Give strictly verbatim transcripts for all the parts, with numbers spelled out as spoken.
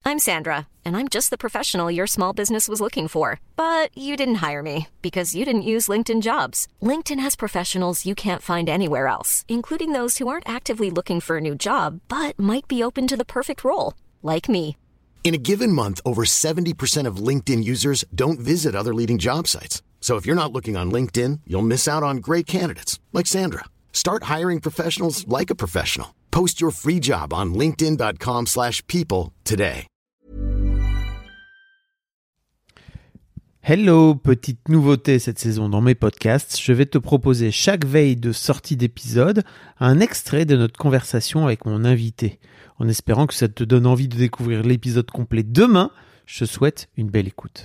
I'm Sandra, and I'm just the professional your small business was looking for. But you didn't hire me because you didn't use LinkedIn Jobs. LinkedIn has professionals you can't find anywhere else, including those who aren't actively looking for a new job, but might be open to the perfect role, like me. In a given month, over seventy percent of LinkedIn users don't visit other leading job sites. So if you're not looking on LinkedIn, you'll miss out on great candidates like Sandra. Start hiring professionals like a professional. Post your free job on linkedin.com slash people today. Hello, petite nouveauté cette saison dans mes podcasts. Je vais te proposer chaque veille de sortie d'épisode un extrait de notre conversation avec mon invité. En espérant que ça te donne envie de découvrir l'épisode complet demain, je te souhaite une belle écoute.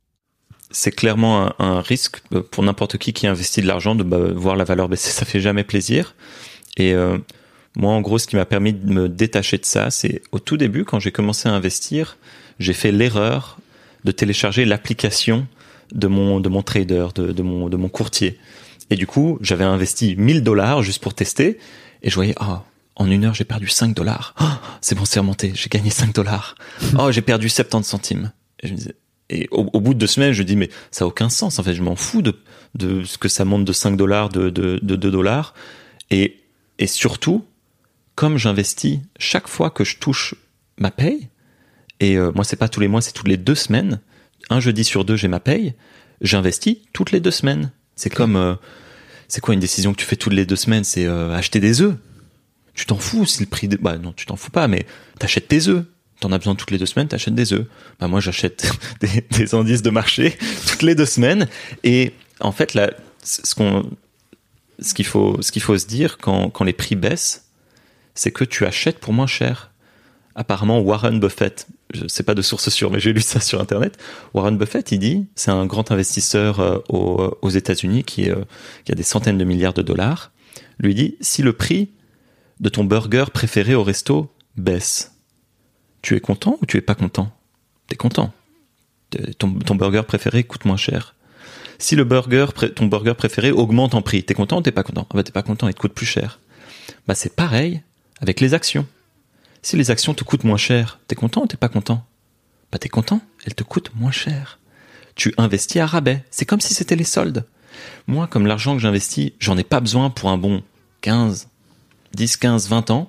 C'est clairement un, un risque pour n'importe qui qui investit de l'argent de bah, voir la valeur baisser. Ça fait jamais plaisir. Et euh, moi, en gros, ce qui m'a permis de me détacher de ça, c'est au tout début, quand j'ai commencé à investir, j'ai fait l'erreur de télécharger l'application de mon de mon trader, de, de mon de mon courtier. Et du coup, j'avais investi mille dollars juste pour tester, et je voyais ah. Oh, en une heure, j'ai perdu cinq dollars. Oh, c'est bon, c'est remonté. J'ai gagné cinq dollars. Oh, j'ai perdu soixante-dix centimes. Et, je me disais, et au, au bout de deux semaines, je dis, mais ça a aucun sens. En fait, je m'en fous de, de ce que ça monte de cinq dollars, de, de, de deux dollars. Et, et surtout, comme j'investis chaque fois que je touche ma paye, et euh, moi, c'est pas tous les mois, c'est toutes les deux semaines. Un jeudi sur deux, j'ai ma paye. J'investis toutes les deux semaines. C'est comme, euh, c'est quoi une décision que tu fais toutes les deux semaines? C'est euh, acheter des œufs. Tu t'en fous si le prix de... Bah non, tu t'en fous pas, mais t'achètes tes œufs. T'en as besoin toutes les deux semaines, t'achètes des œufs. Bah moi, j'achète des, des indices de marché toutes les deux semaines. Et en fait, là, ce qu'on, ce qu'il faut, ce qu'il faut se dire quand, quand les prix baissent, c'est que tu achètes pour moins cher. Apparemment, Warren Buffett, je sais pas de source sûre, mais j'ai lu ça sur Internet. Warren Buffett, il dit, c'est un grand investisseur euh, aux, aux États-Unis qui, euh, qui a des centaines de milliards de dollars. Lui dit, si le prix de ton burger préféré au resto baisse, tu es content ou tu es pas content? T'es content. Ton, ton burger préféré coûte moins cher. Si le burger, ton burger préféré augmente en prix, t'es content ou t'es pas content? Ah bah t'es pas content, il te coûte plus cher. Bah c'est pareil avec les actions. Si les actions te coûtent moins cher, t'es content ou t'es pas content? Bah t'es content, elles te coûtent moins cher. Tu investis à rabais. C'est comme si c'était les soldes. Moi, comme l'argent que j'investis, j'en ai pas besoin pour un bon quinze, dix, quinze, vingt ans,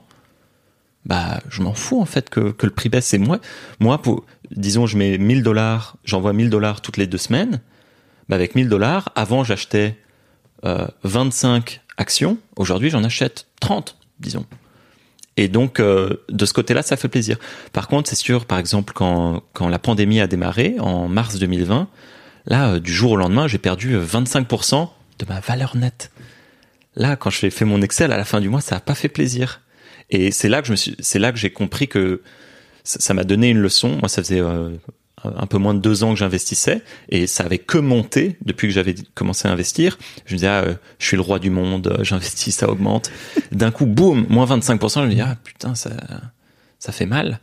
bah, je m'en fous, en fait, que, que le prix baisse. C'est moi, moi, pour, disons, je mets mille dollars, j'envoie mille dollars toutes les deux semaines. Bah, avec mille dollars, avant, j'achetais, euh, vingt-cinq actions. Aujourd'hui, j'en achète trente, disons. Et donc, euh, de ce côté-là, ça fait plaisir. Par contre, c'est sûr, par exemple, quand, quand la pandémie a démarré, en mars deux mille vingt, là, euh, du jour au lendemain, j'ai perdu vingt-cinq pour cent de ma valeur nette. Là, quand j'ai fait mon Excel à la fin du mois, ça a pas fait plaisir. Et c'est là que je me suis, c'est là que j'ai compris que ça, ça m'a donné une leçon. Moi, ça faisait euh, un peu moins de deux ans que j'investissais et ça avait que monté depuis que j'avais commencé à investir. Je me disais, ah, euh, je suis le roi du monde, j'investis, ça augmente. D'un coup, boum, moins vingt-cinq pour cent. Je me dis, ah putain, ça, ça fait mal.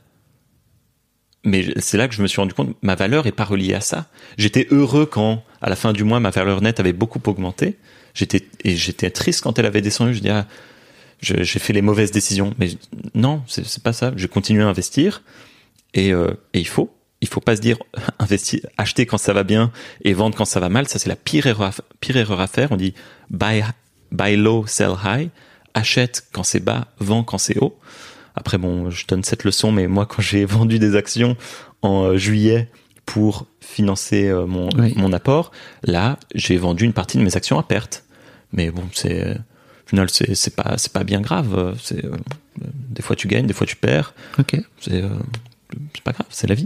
Mais c'est là que je me suis rendu compte, ma valeur est pas reliée à ça. J'étais heureux quand, à la fin du mois, ma valeur nette avait beaucoup augmenté. J'étais, et j'étais triste quand elle avait descendu. Je dis, ah, je, j'ai fait les mauvaises décisions. Mais non, c'est, c'est pas ça. Je continue à investir. Et, euh, et il faut, il faut pas se dire, investir, acheter quand ça va bien et vendre quand ça va mal. Ça, c'est la pire erreur, pire erreur à faire. On dit, buy, buy low, sell high. Achète quand c'est bas, vends quand c'est haut. Après, bon, je donne cette leçon, mais moi, quand j'ai vendu des actions en euh, juillet pour financer euh, mon, oui. mon apport, là, j'ai vendu une partie de mes actions à perte. Mais bon, c'est, au final, c'est, c'est pas, c'est pas bien grave. C'est, euh, des fois, tu gagnes, des fois, tu perds. Ok. C'est, euh, c'est pas grave, c'est la vie.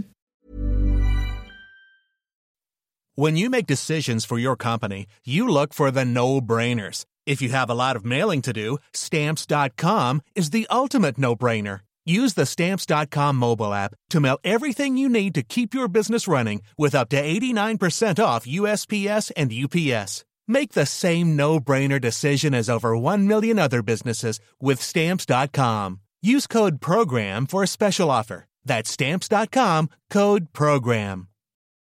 When you make decisions for your company, you look for the no-brainers. If you have a lot of mailing to do, Stamps dot com is the ultimate no-brainer. Use the Stamps dot com mobile app to mail everything you need to keep your business running with up to eighty-nine percent off U S P S and U P S. Make the same no-brainer decision as over one million other businesses with Stamps dot com. Use code PROGRAM for a special offer. That's Stamps dot com, code PROGRAM.